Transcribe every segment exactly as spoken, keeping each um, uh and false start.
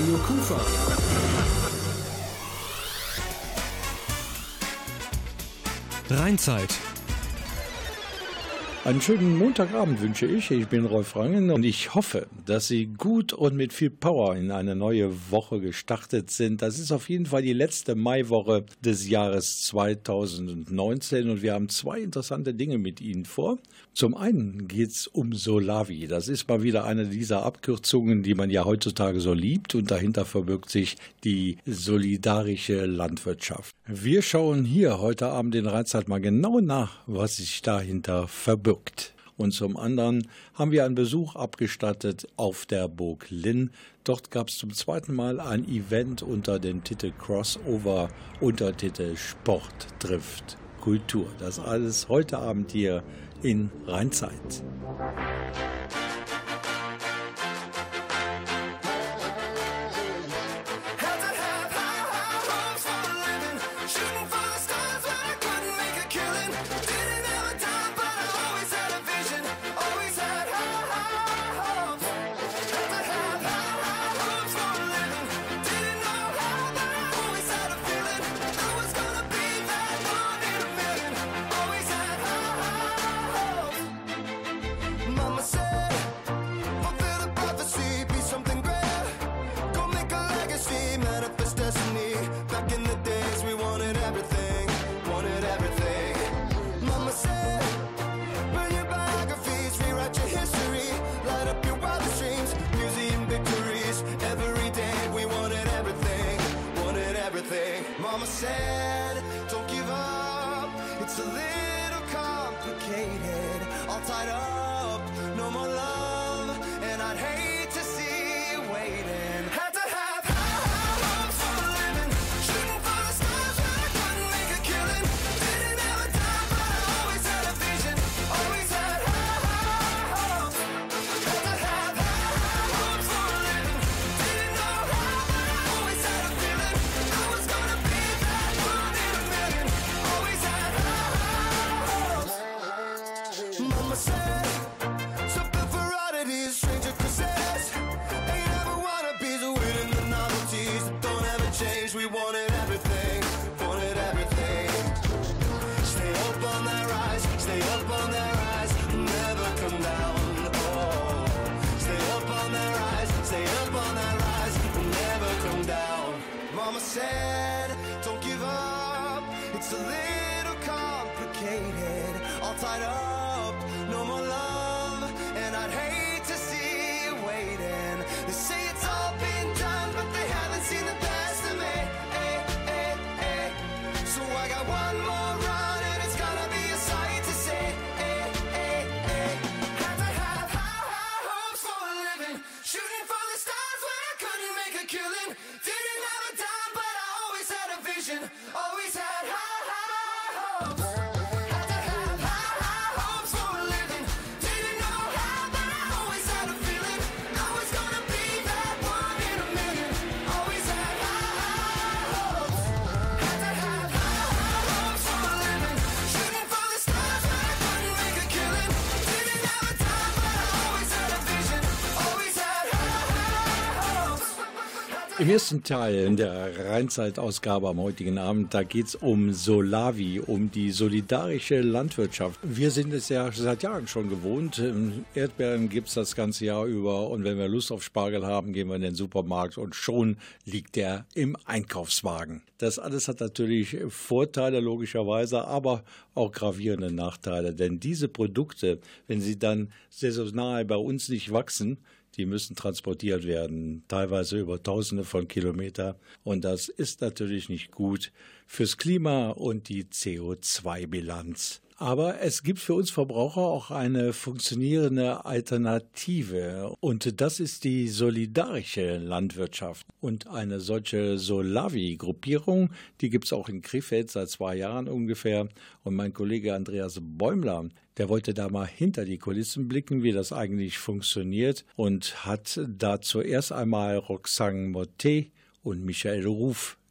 Radio Kufa. Rheinzeit. Einen schönen Montagabend wünsche ich. Ich bin Rolf Rangen und ich hoffe, dass Sie gut und mit viel Power in eine neue Woche gestartet sind. Das ist auf jeden Fall die letzte Maiwoche des Jahres zweitausendneunzehn und wir haben zwei interessante Dinge mit Ihnen vor. Zum einen geht es um Solavi. Das ist mal wieder eine dieser Abkürzungen, die man ja heutzutage so liebt, und dahinter verbirgt sich die solidarische Landwirtschaft. Wir schauen hier heute Abend in Rheinzeit mal genau nach, was sich dahinter verbirgt. Und zum anderen haben wir einen Besuch abgestattet auf der Burg Linn. Dort gab es zum zweiten Mal ein Event unter dem Titel Crossover, Untertitel Sport trifft Kultur. Das alles heute Abend hier in Rheinzeit. Im ersten Teil der Rheinzeit-Ausgabe am heutigen Abend, da geht es um Solavi, um die solidarische Landwirtschaft. Wir sind es ja seit Jahren schon gewohnt. Erdbeeren gibt es das ganze Jahr über und wenn wir Lust auf Spargel haben, gehen wir in den Supermarkt und schon liegt der im Einkaufswagen. Das alles hat natürlich Vorteile logischerweise, aber auch gravierende Nachteile, denn diese Produkte, wenn sie dann saisonal bei uns nicht wachsen, die müssen transportiert werden, teilweise über Tausende von Kilometern. Und das ist natürlich nicht gut fürs Klima und die C O zwei Bilanz. Aber es gibt für uns Verbraucher auch eine funktionierende Alternative. Und das ist die solidarische Landwirtschaft. Und eine solche Solavi-Gruppierung, die gibt es auch in Krefeld seit zwei Jahren ungefähr. Und mein Kollege Andreas Bäumler, der wollte da mal hinter die Kulissen blicken, wie das eigentlich funktioniert. Und hat da zuerst einmal Roxane Mottet und Michael Ruf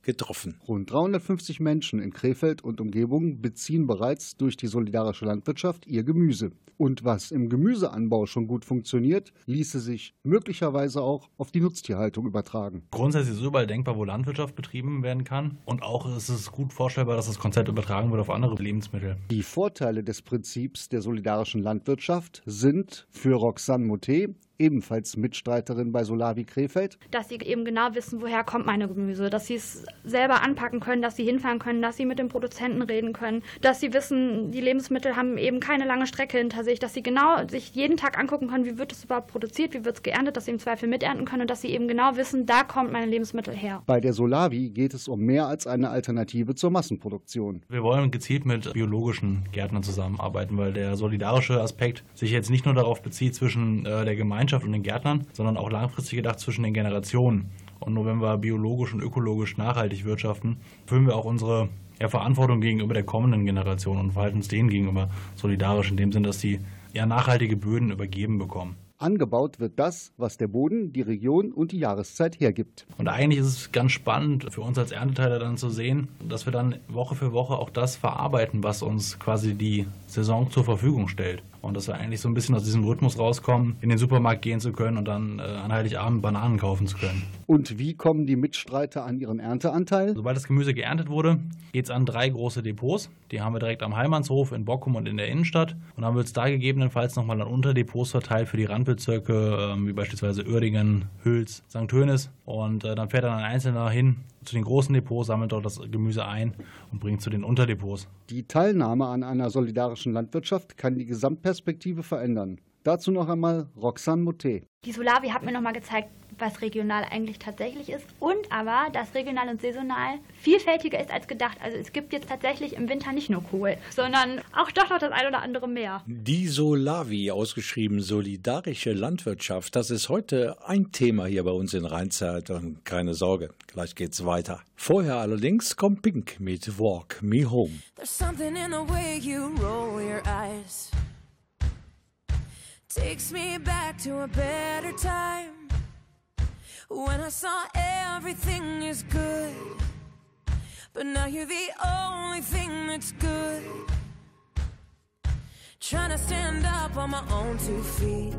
getroffen. Rund dreihundertfünfzig Menschen in Krefeld und Umgebung beziehen bereits durch die solidarische Landwirtschaft ihr Gemüse. Und was im Gemüseanbau schon gut funktioniert, ließe sich möglicherweise auch auf die Nutztierhaltung übertragen. Grundsätzlich ist es überall denkbar, wo Landwirtschaft betrieben werden kann. Und auch ist es gut vorstellbar, dass das Konzept übertragen wird auf andere Lebensmittel. Die Vorteile des Prinzips der solidarischen Landwirtschaft sind für Roxane Mottet, ebenfalls Mitstreiterin bei Solavi Krefeld, dass sie eben genau wissen, woher kommt meine Gemüse, dass sie es selber anpacken können, dass sie hinfahren können, dass sie mit dem Produzenten reden können, dass sie wissen, die Lebensmittel haben eben keine lange Strecke hinter sich, dass sie genau sich jeden Tag angucken können, wie wird es überhaupt produziert, wie wird es geerntet, dass sie im Zweifel miternten können und dass sie eben genau wissen, da kommt meine Lebensmittel her. Bei der Solavi geht es um mehr als eine Alternative zur Massenproduktion. Wir wollen gezielt mit biologischen Gärtnern zusammenarbeiten, weil der solidarische Aspekt sich jetzt nicht nur darauf bezieht zwischen äh, der Gemeinschaft und den Gärtnern, sondern auch langfristig gedacht zwischen den Generationen. Und nur wenn wir biologisch und ökologisch nachhaltig wirtschaften, erfüllen wir auch unsere ja, Verantwortung gegenüber der kommenden Generation und verhalten uns denen gegenüber solidarisch, in dem Sinn, dass sie ja nachhaltige Böden übergeben bekommen. Angebaut wird das, was der Boden, die Region und die Jahreszeit hergibt. Und eigentlich ist es ganz spannend für uns als Ernteteiler dann zu sehen, dass wir dann Woche für Woche auch das verarbeiten, was uns quasi die Saison zur Verfügung stellt. Und dass wir eigentlich so ein bisschen aus diesem Rhythmus rauskommen, in den Supermarkt gehen zu können und dann äh, an Heiligabend Bananen kaufen zu können. Und wie kommen die Mitstreiter an ihren Ernteanteil? Sobald das Gemüse geerntet wurde, geht es an drei große Depots. Die haben wir direkt am Heimanshof in Bockum und in der Innenstadt. Und dann wird es da gegebenenfalls nochmal an Unterdepots verteilt für die Randbezirke, ähm, wie beispielsweise Uerdingen, Hüls, Sankt Hönis. Und äh, dann fährt dann ein Einzelner hin zu den großen Depots, sammelt dort das Gemüse ein und bringt zu den Unterdepots. Die Teilnahme an einer solidarischen Landwirtschaft kann die Gesamtperspektive verändern. Dazu noch einmal Roxane Mottet. Die Solavi hat mir nochmal gezeigt, was regional eigentlich tatsächlich ist und aber, dass regional und saisonal vielfältiger ist als gedacht. Also es gibt jetzt tatsächlich im Winter nicht nur Kohl, sondern auch doch noch das ein oder andere mehr. Die Solavi, ausgeschrieben solidarische Landwirtschaft, das ist heute ein Thema hier bei uns in Rheinzeit und keine Sorge, gleich geht's weiter. Vorher allerdings kommt Pink mit Walk Me Home. There's something in the way you roll your eyes. Takes me back to a better time when I saw everything is good, but now you're the only thing that's good. Trying to stand up on my own two feet.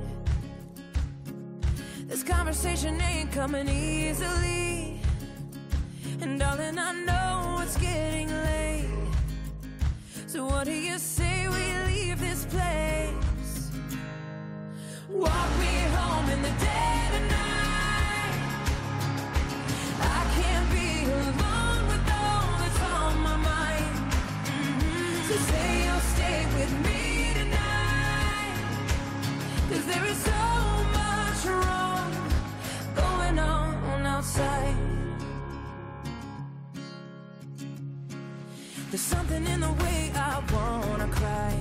This conversation ain't coming easily, and darling, I know it's getting late. So what do you say we leave this place? Walk me home in the dead of night. I can't be alone with all that's on my mind. Mm-hmm. So say you'll stay with me tonight, 'cause there is so much wrong going on outside. There's something in the way I wanna cry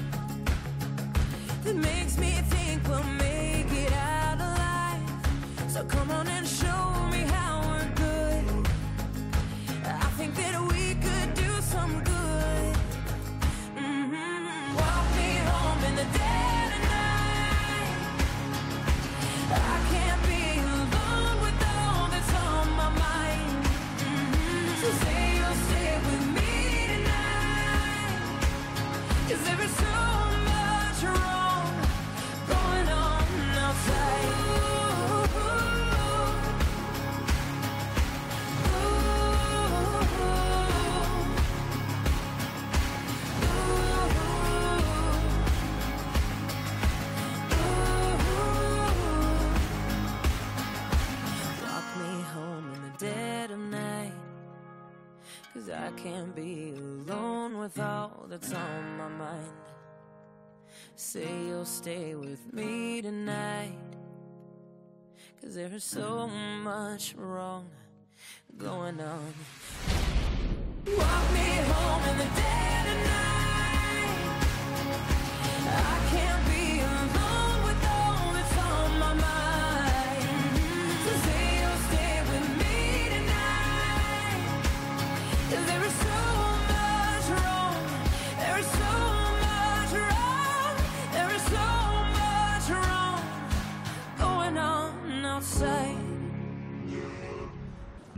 that makes me think we'll make it out alive. So come on and show me how we're good. I think that we could do some good. Mm-hmm. Walk me home in the dead of night. I can't be alone with all that's on my mind. Mm-hmm. So say you'll stay with me tonight, 'cause there is so much wrong going on outside. Ooh, ooh, ooh. Walk me home in the dead of night, 'cause I can't be alone with all that's on my mind. Say you'll stay with me tonight, 'cause there is so much wrong going on. Walk me home in the dead of night. I can't be alone with all that's on my mind. So say you'll stay with me tonight, 'cause there is so much wrong. There is so much wrong. There is so much wrong going on outside.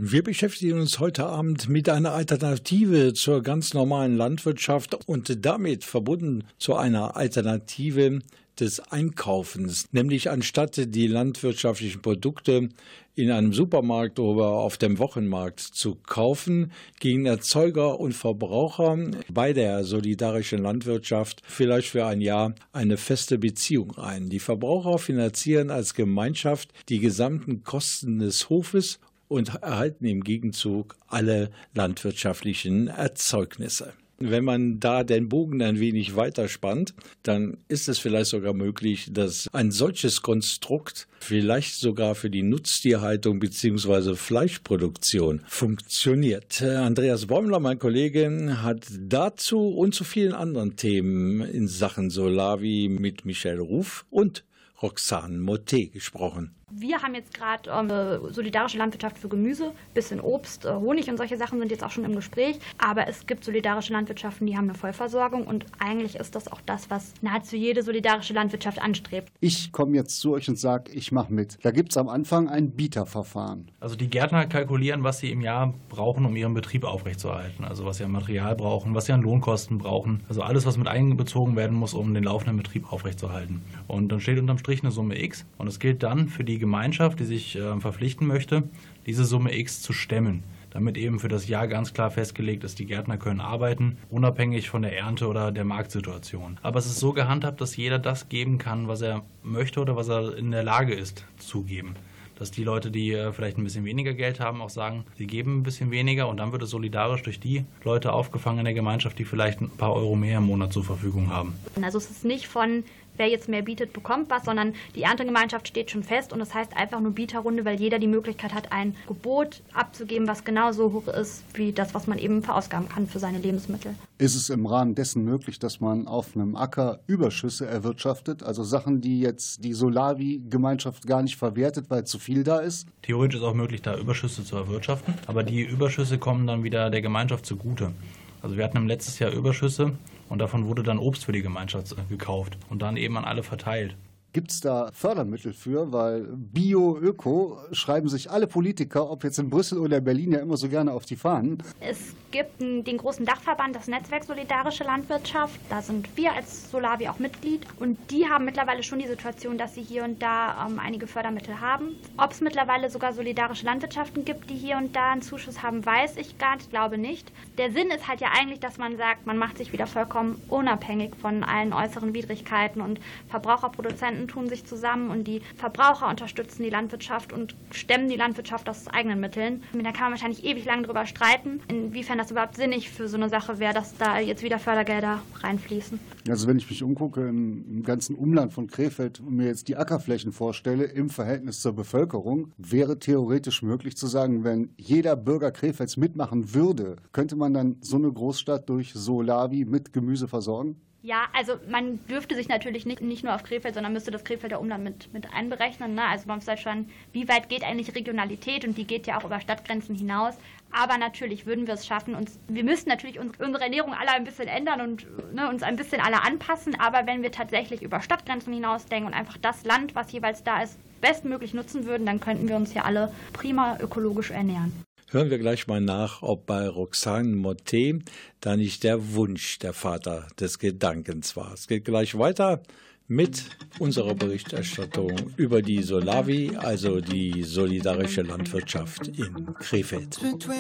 Wir beschäftigen uns heute Abend mit einer Alternative zur ganz normalen Landwirtschaft und damit verbunden zu einer Alternative des Einkaufens, nämlich anstatt die landwirtschaftlichen Produkte in einem Supermarkt oder auf dem Wochenmarkt zu kaufen, gehen Erzeuger und Verbraucher bei der solidarischen Landwirtschaft vielleicht für ein Jahr eine feste Beziehung ein. Die Verbraucher finanzieren als Gemeinschaft die gesamten Kosten des Hofes und erhalten im Gegenzug alle landwirtschaftlichen Erzeugnisse. Wenn man da den Bogen ein wenig weiterspannt, dann ist es vielleicht sogar möglich, dass ein solches Konstrukt vielleicht sogar für die Nutztierhaltung bzw. Fleischproduktion funktioniert. Andreas Bäumler, mein Kollege, hat dazu und zu vielen anderen Themen in Sachen Solavi mit Michelle Ruf und Roxane Mottet gesprochen. Wir haben jetzt gerade ähm, solidarische Landwirtschaft für Gemüse, bisschen Obst, äh, Honig und solche Sachen sind jetzt auch schon im Gespräch. Aber es gibt solidarische Landwirtschaften, die haben eine Vollversorgung und eigentlich ist das auch das, was nahezu jede solidarische Landwirtschaft anstrebt. Ich komme jetzt zu euch und sage, ich mache mit. Da gibt es am Anfang ein Bieterverfahren. Also die Gärtner kalkulieren, was sie im Jahr brauchen, um ihren Betrieb aufrechtzuerhalten. Also was sie an Material brauchen, was sie an Lohnkosten brauchen. Also alles, was mit einbezogen werden muss, um den laufenden Betrieb aufrechtzuerhalten. Und dann steht unterm Strich eine Summe X und es gilt dann für die Gemeinschaft, die sich äh, verpflichten möchte, diese Summe X zu stemmen, damit eben für das Jahr ganz klar festgelegt ist, die Gärtner können arbeiten, unabhängig von der Ernte oder der Marktsituation. Aber es ist so gehandhabt, dass jeder das geben kann, was er möchte oder was er in der Lage ist zu geben. Dass die Leute, die äh, vielleicht ein bisschen weniger Geld haben, auch sagen, sie geben ein bisschen weniger und dann wird es solidarisch durch die Leute aufgefangen in der Gemeinschaft, die vielleicht ein paar Euro mehr im Monat zur Verfügung haben. Also es ist nicht von wer jetzt mehr bietet, bekommt was, sondern die Erntegemeinschaft steht schon fest und das heißt einfach nur Bieterrunde, weil jeder die Möglichkeit hat, ein Gebot abzugeben, was genauso hoch ist wie das, was man eben verausgaben kann für seine Lebensmittel. Ist es im Rahmen dessen möglich, dass man auf einem Acker Überschüsse erwirtschaftet, also Sachen, die jetzt die Solavi-Gemeinschaft gar nicht verwertet, weil zu viel da ist? Theoretisch ist auch möglich, da Überschüsse zu erwirtschaften, aber die Überschüsse kommen dann wieder der Gemeinschaft zugute. Also wir hatten im letzten Jahr Überschüsse und davon wurde dann Obst für die Gemeinschaft gekauft und dann eben an alle verteilt. Gibt es da Fördermittel für? Weil Bio, Öko schreiben sich alle Politiker, ob jetzt in Brüssel oder Berlin, ja immer so gerne auf die Fahnen. Es gibt den großen Dachverband, das Netzwerk Solidarische Landwirtschaft. Da sind wir als Solavi auch Mitglied. Und die haben mittlerweile schon die Situation, dass sie hier und da ähm, einige Fördermittel haben. Ob es mittlerweile sogar solidarische Landwirtschaften gibt, die hier und da einen Zuschuss haben, weiß ich gar nicht, glaube nicht. Der Sinn ist halt ja eigentlich, dass man sagt, man macht sich wieder vollkommen unabhängig von allen äußeren Widrigkeiten und Verbraucherproduzenten tun sich zusammen und die Verbraucher unterstützen die Landwirtschaft und stemmen die Landwirtschaft aus eigenen Mitteln. Da kann man wahrscheinlich ewig lang drüber streiten, inwiefern das überhaupt sinnig für so eine Sache wäre, dass da jetzt wieder Fördergelder reinfließen. Also wenn ich mich umgucke im, im ganzen Umland von Krefeld und mir jetzt die Ackerflächen vorstelle im Verhältnis zur Bevölkerung, wäre theoretisch möglich zu sagen, wenn jeder Bürger Krefelds mitmachen würde, könnte man dann so eine Großstadt durch Solavi mit Gemüse versorgen? Ja, also man dürfte sich natürlich nicht, nicht nur auf Krefeld, sondern müsste das Krefelder Umland mit, mit einberechnen. Ne? Also man muss halt schon, wie weit geht eigentlich Regionalität und die geht ja auch über Stadtgrenzen hinaus. Aber natürlich würden wir es schaffen. Uns, wir müssten natürlich uns, unsere Ernährung alle ein bisschen ändern und ne, uns ein bisschen alle anpassen. Aber wenn wir tatsächlich über Stadtgrenzen hinaus denken und einfach das Land, was jeweils da ist, bestmöglich nutzen würden, dann könnten wir uns hier alle prima ökologisch ernähren. Hören wir gleich mal nach, ob bei Roxane Mottet da nicht der Wunsch der Vater des Gedankens war. Es geht gleich weiter mit unserer Berichterstattung über die Solavi, also die solidarische Landwirtschaft in Krefeld.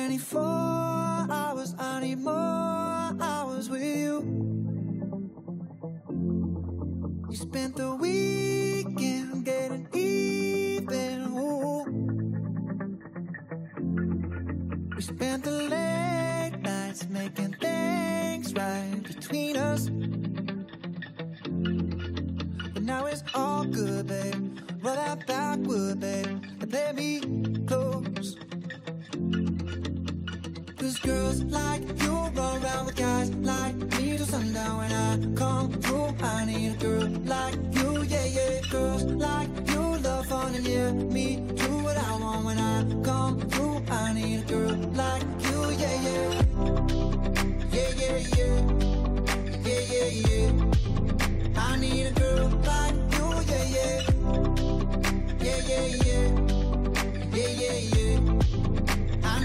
We spent the late nights making things right between us. But now it's all good, babe. Roll that backward, babe, and play me close. Cause girls like you run around with guys like me till sundown. When I come through, I need a girl like you, yeah, yeah. Girls like you love fun and yeah, me do what I want. When I come through, I need a girl like you, yeah, yeah. Yeah, yeah, yeah. Yeah, yeah, yeah. I need a girl like you, yeah, yeah. Yeah, yeah, yeah. Yeah, yeah, yeah. I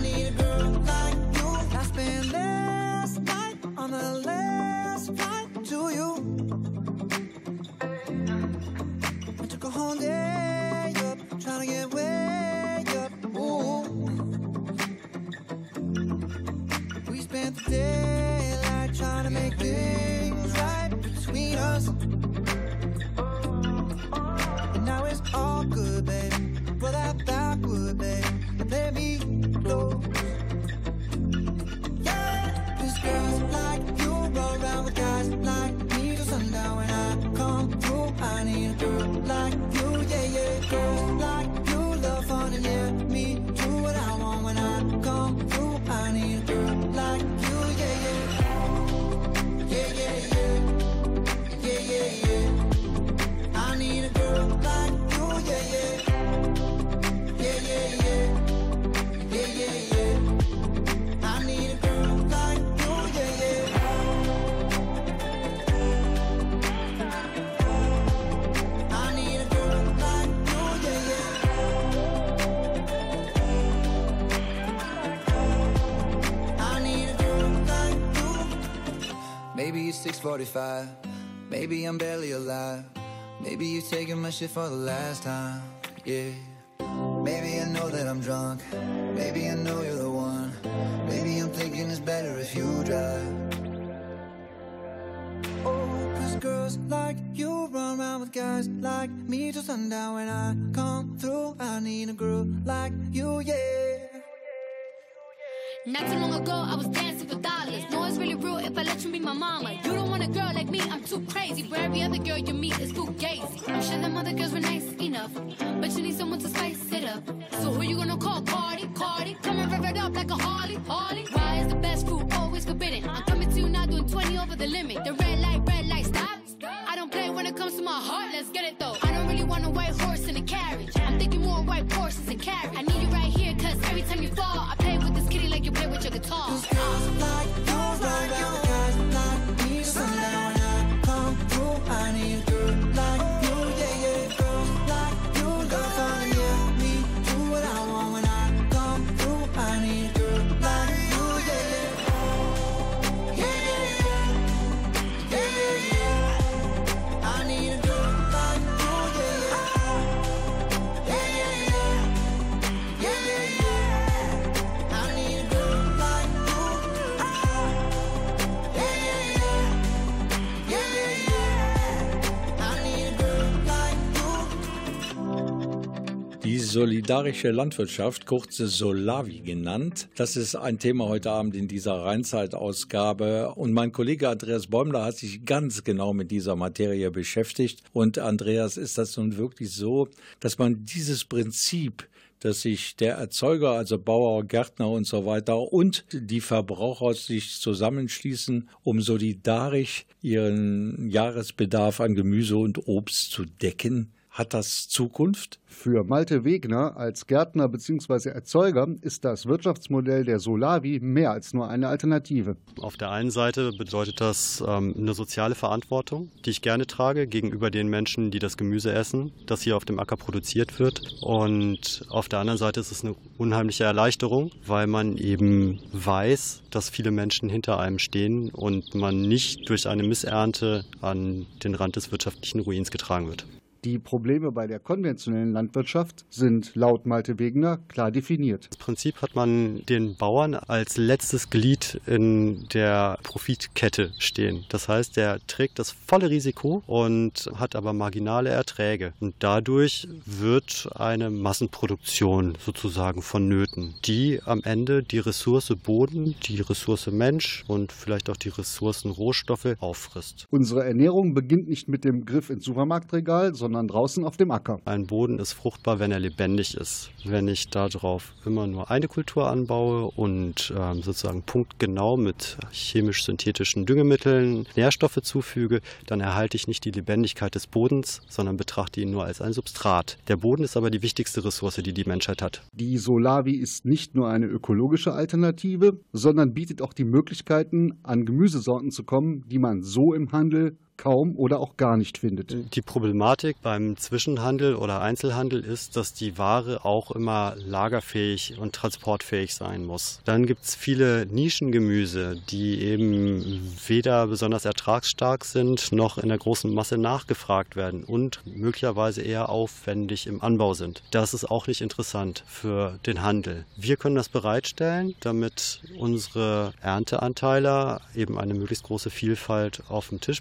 was. And now it's all good, baby. Roll that backward, baby, and let me go. Yeah, 'cause girls like you roll around with guys like me till sundown. When I come through, I need a girl like you, yeah, yeah. Girls like you love fun and yeah, me do what I want. When I come through, I need a girl like you, yeah, yeah. Yeah, yeah, yeah. Yeah, yeah, yeah. I need a girl like you, yeah, yeah. Yeah, yeah, yeah. Yeah, yeah, yeah. I need a girl like you, yeah, yeah. I need a girl like you, yeah, yeah. I need a girl like you. Maybe it's six forty-five. Maybe I'm barely alive. Maybe you're taking my shit for the last time. Yeah. Maybe I know that I'm drunk. Maybe I know you're the one. Maybe I'm thinking it's better if you drive. Oh, 'cause girls like you run around with guys like me till sundown. When I come through, I need a girl like you, yeah. Not too long ago, I was dancing for dollars. No, it's really real if I let you be my mama. You don't want a girl like me, I'm too crazy. Where every other girl you meet is fugazi. I'm sure them other girls were nice enough, but you need someone to spice it up. So who you gonna call? Cardi, Cardi. Come and rev it up like a Harley, Harley. Why is the best food always forbidden? I'm coming to you now doing twenty over the limit. The red light, red light, stop. I don't play when it comes to my heart, let's get it though. I don't really want a white horse in a carriage. I'm thinking more white horses and carriage. I need you right here, 'cause every time you fall, I play with this kitty like you play with your guitar. 'Cause girls like you run around with guys like me till sundown. When I come through, I need a girl like you, yeah, yeah. Girls like you love fun and yeah, me do what I want. When I come through, I need a girl like you, yeah, yeah. Yeah, yeah, yeah. Yeah, yeah, yeah. I need a girl like you, yeah, yeah. Yeah, yeah, yeah. Yeah, yeah, yeah. I need a girl like you. Yeah, yeah, yeah. Yeah, yeah, yeah. I need a girl like you. Die solidarische Landwirtschaft, kurz Solavi genannt, das ist ein Thema heute Abend in dieser Rheinzeit-Ausgabe. Und mein Kollege Andreas Bäumler hat sich ganz genau mit dieser Materie beschäftigt. Und Andreas, ist das nun wirklich so, dass man dieses Prinzip, dass sich der Erzeuger, also Bauer, Gärtner und so weiter und die Verbraucher sich zusammenschließen, um solidarisch ihren Jahresbedarf an Gemüse und Obst zu decken? Hat das Zukunft? Für Malte Wegner als Gärtner bzw. Erzeuger ist das Wirtschaftsmodell der Solavi mehr als nur eine Alternative. Auf der einen Seite bedeutet das ähm, eine soziale Verantwortung, die ich gerne trage gegenüber den Menschen, die das Gemüse essen, das hier auf dem Acker produziert wird. Und auf der anderen Seite ist es eine unheimliche Erleichterung, weil man eben weiß, dass viele Menschen hinter einem stehen und man nicht durch eine Missernte an den Rand des wirtschaftlichen Ruins getragen wird. Die Probleme bei der konventionellen Landwirtschaft sind laut Malte Wegner klar definiert. Im Prinzip hat man den Bauern als letztes Glied in der Profitkette stehen. Das heißt, der trägt das volle Risiko und hat aber marginale Erträge. Und dadurch wird eine Massenproduktion sozusagen vonnöten, die am Ende die Ressource Boden, die Ressource Mensch und vielleicht auch die Ressourcen Rohstoffe auffrisst. Unsere Ernährung beginnt nicht mit dem Griff ins Supermarktregal, sondern draußen auf dem Acker. Ein Boden ist fruchtbar, wenn er lebendig ist. Wenn ich darauf immer nur eine Kultur anbaue und ähm, sozusagen punktgenau mit chemisch-synthetischen Düngemitteln Nährstoffe zufüge, dann erhalte ich nicht die Lebendigkeit des Bodens, sondern betrachte ihn nur als ein Substrat. Der Boden ist aber die wichtigste Ressource, die die Menschheit hat. Die Solavi ist nicht nur eine ökologische Alternative, sondern bietet auch die Möglichkeiten, an Gemüsesorten zu kommen, die man so im Handel kaum oder auch gar nicht findet. Die Problematik beim Zwischenhandel oder Einzelhandel ist, dass die Ware auch immer lagerfähig und transportfähig sein muss. Dann gibt es viele Nischengemüse, die eben weder besonders ertragsstark sind, noch in der großen Masse nachgefragt werden und möglicherweise eher aufwendig im Anbau sind. Das ist auch nicht interessant für den Handel. Wir können das bereitstellen, damit unsere Ernteanteiler eben eine möglichst große Vielfalt auf dem Tisch bekommen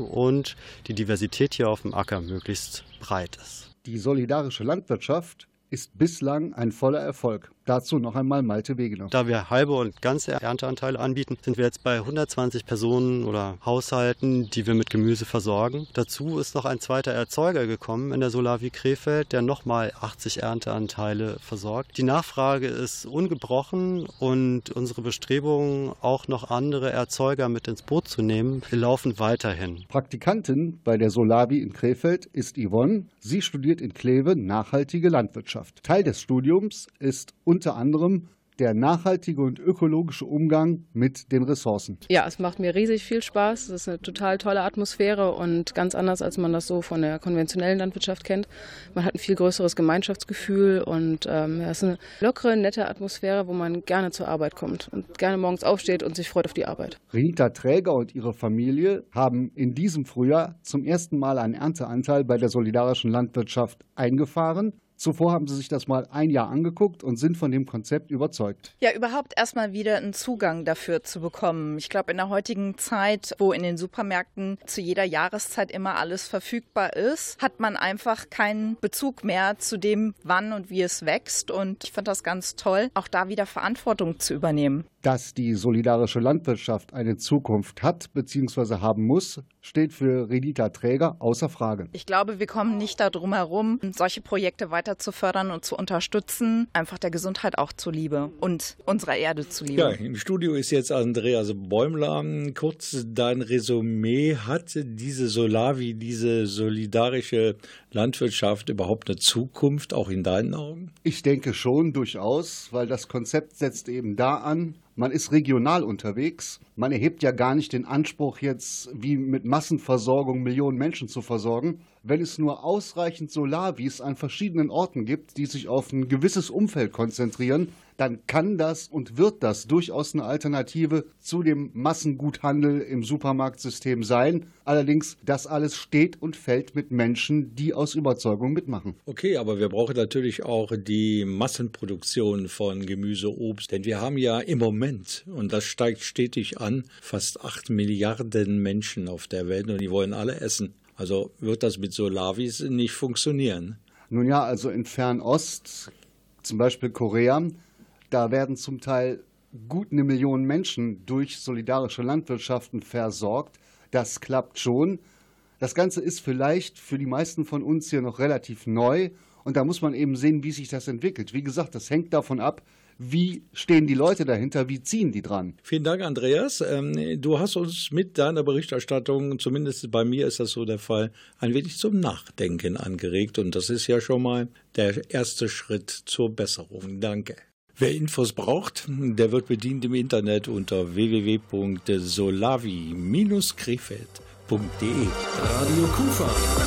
und die Diversität hier auf dem Acker möglichst breit ist. Die solidarische Landwirtschaft ist bislang ein voller Erfolg. Dazu noch einmal Malte Wegener. Da wir halbe und ganze Ernteanteile anbieten, sind wir jetzt bei hundertzwanzig Personen oder Haushalten, die wir mit Gemüse versorgen. Dazu ist noch ein zweiter Erzeuger gekommen in der Solavi Krefeld, der nochmal achtzig Ernteanteile versorgt. Die Nachfrage ist ungebrochen und unsere Bestrebungen, auch noch andere Erzeuger mit ins Boot zu nehmen, laufen weiterhin. Praktikantin bei der Solavi in Krefeld ist Yvonne. Sie studiert in Kleve nachhaltige Landwirtschaft. Teil des Studiums ist unter anderem der nachhaltige und ökologische Umgang mit den Ressourcen. Ja, es macht mir riesig viel Spaß. Es ist eine total tolle Atmosphäre und ganz anders, als man das so von der konventionellen Landwirtschaft kennt. Man hat ein viel größeres Gemeinschaftsgefühl und ähm, es ist eine lockere, nette Atmosphäre, wo man gerne zur Arbeit kommt und gerne morgens aufsteht und sich freut auf die Arbeit. Renita Träger und ihre Familie haben in diesem Frühjahr zum ersten Mal einen Ernteanteil bei der solidarischen Landwirtschaft eingefahren. Zuvor haben sie sich das mal ein Jahr angeguckt und sind von dem Konzept überzeugt. Ja, überhaupt erstmal wieder einen Zugang dafür zu bekommen. Ich glaube, in der heutigen Zeit, wo in den Supermärkten zu jeder Jahreszeit immer alles verfügbar ist, hat man einfach keinen Bezug mehr zu dem, wann und wie es wächst. Und ich fand das ganz toll, auch da wieder Verantwortung zu übernehmen. Dass die solidarische Landwirtschaft eine Zukunft hat bzw. haben muss, steht für Renita Träger außer Frage. Ich glaube, wir kommen nicht darum herum, solche Projekte weiter zu fördern und zu unterstützen, einfach der Gesundheit auch zuliebe und unserer Erde zuliebe. Ja, im Studio ist jetzt Andreas Bäumler. Kurz dein Resümee. Hat diese Solavi, diese solidarische Landwirtschaft überhaupt eine Zukunft, auch in deinen Augen? Ich denke schon, durchaus, weil das Konzept setzt eben da an, man ist regional unterwegs. Man erhebt ja gar nicht den Anspruch, jetzt wie mit Massenversorgung Millionen Menschen zu versorgen. Wenn es nur ausreichend Solavis an verschiedenen Orten gibt, die sich auf ein gewisses Umfeld konzentrieren, dann kann das und wird das durchaus eine Alternative zu dem Massenguthandel im Supermarktsystem sein. Allerdings, das alles steht und fällt mit Menschen, die aus Überzeugung mitmachen. Okay, aber wir brauchen natürlich auch die Massenproduktion von Gemüse, Obst, denn wir haben ja im Moment, und das steigt stetig an, fast acht Milliarden Menschen auf der Welt und die wollen alle essen. Also wird das mit Solavis nicht funktionieren? Nun ja, also in Fernost, zum Beispiel Korea, da werden zum Teil gut eine Million Menschen durch solidarische Landwirtschaften versorgt. Das klappt schon. Das Ganze ist vielleicht für die meisten von uns hier noch relativ neu und da muss man eben sehen, wie sich das entwickelt. Wie gesagt, das hängt davon ab, wie stehen die Leute dahinter, wie ziehen die dran. Vielen Dank, Andreas. Du hast uns mit deiner Berichterstattung, zumindest bei mir ist das so der Fall, ein wenig zum Nachdenken angeregt und das ist ja schon mal der erste Schritt zur Besserung. Danke. Wer Infos braucht, der wird bedient im Internet unter w w w punkt solavi Bindestrich krefeld punkt de. Radio Kufa.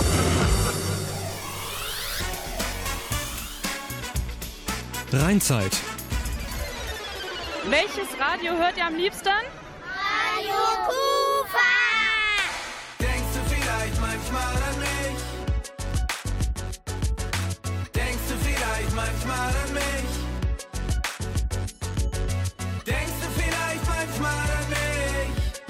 Rheinzeit. Welches Radio hört ihr am liebsten? Radio Kufa! Denkst du vielleicht manchmal an mich? Denkst du vielleicht manchmal an mich? Denkst du vielleicht manchmal an mich?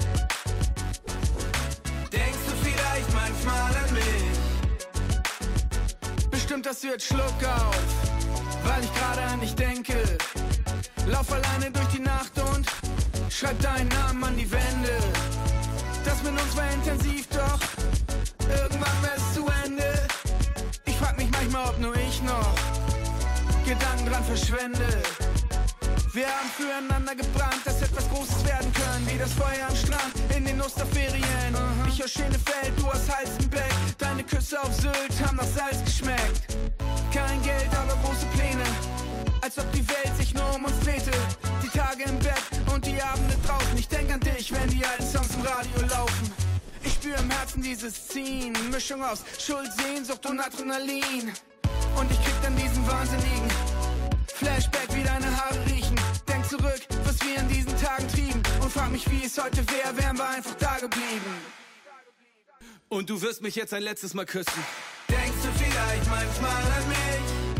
Denkst du vielleicht manchmal an mich? Bestimmt hast du jetzt Schluck auf, weil ich gerade an dich denke. Lauf alleine durch die Nacht und schreib deinen Namen an die Wände. Das mit uns war intensiv, doch irgendwann wär es zu Ende. Ich frag mich manchmal, ob nur ich noch Gedanken dran verschwende. Wir haben füreinander gebrannt, dass etwas Großes werden können, wie das Feuer am Strand in den Osterferien. Uh-huh. Ich aus Schenefeld, du aus Halstenbeck. Deine Küsse auf Sylt haben nach Salz geschmeckt. Kein Geld, aber große Pläne, als ob die Welt sich nur um uns drehte. Die Tage im Bett und die Abende draußen. Ich denk an dich, wenn die alten Songs im Radio laufen. Ich spüre im Herzen dieses Ziehen, Mischung aus Schuld, Sehnsucht und Adrenalin. Und ich krieg dann diesen wahnsinnigen Flashback, wie deine Haare riechen. Denk zurück, was wir in diesen Tagen trieben. Und frag mich, wie es heute wäre, wären wir einfach da geblieben. Und du wirst mich jetzt ein letztes Mal küssen. Denkst du vielleicht manchmal an mich?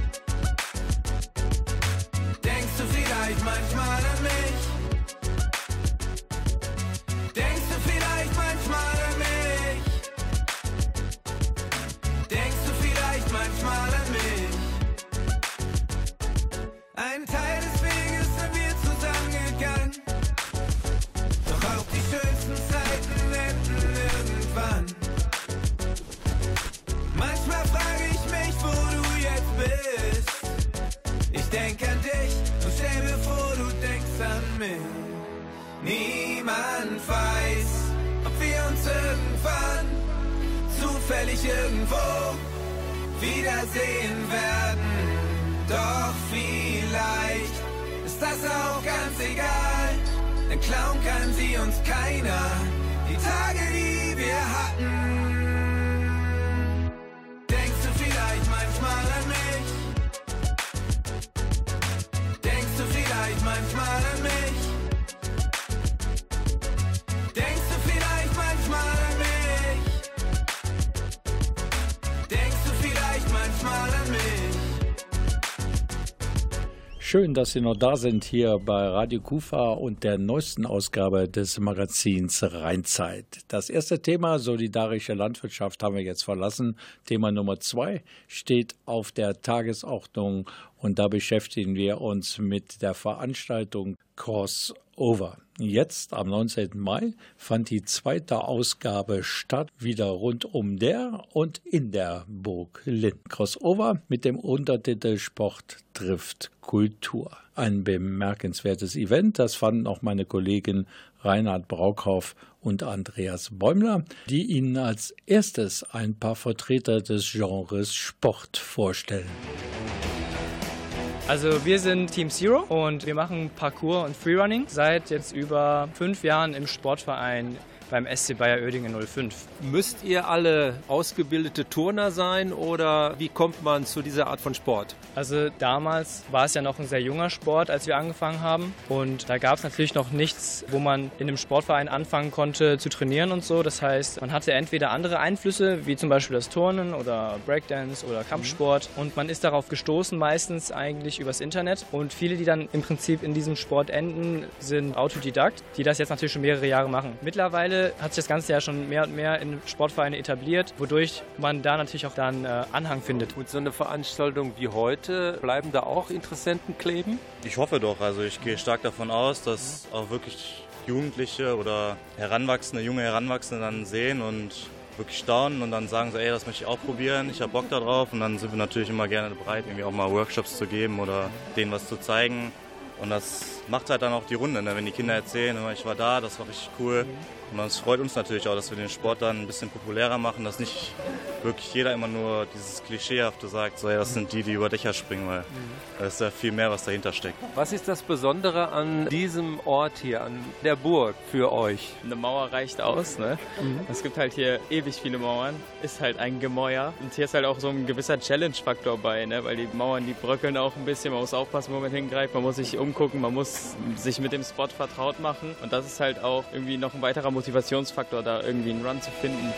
Denkst du vielleicht manchmal an mich? Denkst du vielleicht manchmal an mich? an mich. Niemand weiß, ob wir uns irgendwann zufällig irgendwo wiedersehen werden. Doch vielleicht ist das auch ganz egal, denn klauen kann sie uns keiner, die Tage, die wir hatten. Denkst du vielleicht manchmal an mich? Denkst du vielleicht manchmal an mich? Denkst du vielleicht manchmal an mich? Denkst du vielleicht manchmal an mich? Schön, dass Sie noch da sind hier bei Radio Kufa und der neuesten Ausgabe des Magazins Rheinzeit. Das erste Thema, solidarische Landwirtschaft, haben wir jetzt verlassen. Thema Nummer zwei steht auf der Tagesordnung und da beschäftigen wir uns mit der Veranstaltung Crossover. Jetzt, am neunzehnten Mai, fand die zweite Ausgabe statt, wieder rund um der und in der Burg Linn. Crossover mit dem Untertitel Sport trifft Kultur. Ein bemerkenswertes Event, das fanden auch meine Kollegen Reinhard Braukhoff und Andreas Bäumler, die Ihnen als erstes ein paar Vertreter des Genres Sport vorstellen. Also wir sind Team Zero und wir machen Parkour und Freerunning seit jetzt über fünf Jahren im Sportverein beim S C Bayer Uerdingen null fünf. Müsst ihr alle ausgebildete Turner sein oder wie kommt man zu dieser Art von Sport? Also damals war es ja noch ein sehr junger Sport, als wir angefangen haben und da gab es natürlich noch nichts, wo man in einem Sportverein anfangen konnte zu trainieren und so. Das heißt, man hatte entweder andere Einflüsse, wie zum Beispiel das Turnen oder Breakdance oder Kampfsport und man ist darauf gestoßen, meistens eigentlich übers Internet und viele, die dann im Prinzip in diesem Sport enden, sind Autodidakt, die das jetzt natürlich schon mehrere Jahre machen. Mittlerweile hat sich das Ganze ja schon mehr und mehr in Sportvereine etabliert, wodurch man da natürlich auch dann äh, Anhang findet. Und so eine Veranstaltung wie heute, bleiben da auch Interessenten kleben? Ich hoffe doch. Also ich gehe stark davon aus, dass auch wirklich Jugendliche oder Heranwachsende, junge Heranwachsende dann sehen und wirklich staunen und dann sagen so, ey, das möchte ich auch probieren, ich habe Bock da drauf und dann sind wir natürlich immer gerne bereit, irgendwie auch mal Workshops zu geben oder denen was zu zeigen. Und das macht halt dann auch die Runde, ne? Wenn die Kinder erzählen, ich war da, das war richtig cool. Und es freut uns natürlich auch, dass wir den Sport dann ein bisschen populärer machen, dass nicht wirklich jeder immer nur dieses Klischeehafte sagt, so, ja, das sind die, die über Dächer springen, weil da ist ja viel mehr, was dahinter steckt. Was ist das Besondere an diesem Ort hier, an der Burg für euch? Eine Mauer reicht aus, ne? Mhm. Es gibt halt hier ewig viele Mauern, ist halt ein Gemäuer und hier ist halt auch so ein gewisser Challenge-Faktor bei, ne? Weil die Mauern, die bröckeln auch ein bisschen, man muss aufpassen, wo man hingreift, man muss sich umgucken, man muss sich mit dem Spot vertraut machen und das ist halt auch irgendwie noch ein weiterer Motivationsfaktor, da irgendwie einen Run zu finden.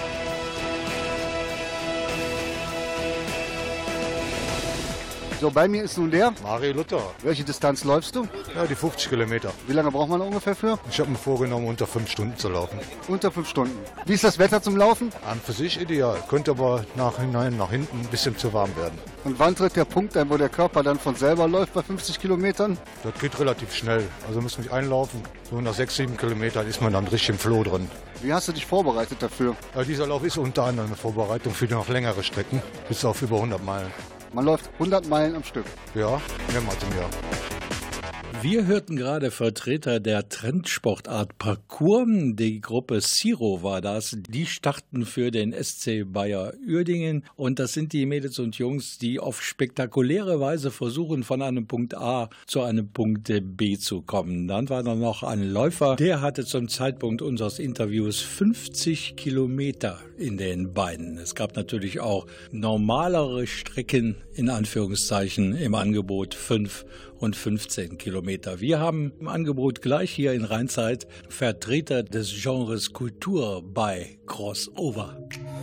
So, bei mir ist nun der Mario Luther. Welche Distanz läufst du? Ja, die fünfzig Kilometer. Wie lange braucht man ungefähr für? Ich habe mir vorgenommen, unter fünf Stunden zu laufen. Unter fünf Stunden. Wie ist das Wetter zum Laufen? An für sich ideal. Könnte aber nachhinein, nach hinten ein bisschen zu warm werden. Und wann tritt der Punkt ein, wo der Körper dann von selber läuft bei fünfzig Kilometern? Das geht relativ schnell. Also muss man sich einlaufen. So nach sechs, sieben Kilometern ist man dann richtig im Flow drin. Wie hast du dich vorbereitet dafür? Ja, dieser Lauf ist unter anderem eine Vorbereitung für noch längere Strecken. Bis auf über hundert Meilen. Man läuft hundert Meilen am Stück. Ja, mehrmals im Jahr. Wir hörten gerade Vertreter der Trendsportart Parkour. Die Gruppe Zero war das. Die starten für den S C Bayer Uerdingen. Und das sind die Mädels und Jungs, die auf spektakuläre Weise versuchen, von einem Punkt A zu einem Punkt B zu kommen. Dann war da noch ein Läufer, der hatte zum Zeitpunkt unseres Interviews fünfzig Kilometer in den Beinen. Es gab natürlich auch normalere Strecken, in Anführungszeichen, im Angebot fünf und fünfzehn Kilometer. Wir haben im Angebot gleich hier in Rheinzeit Vertreter des Genres Kultur bei Crossover.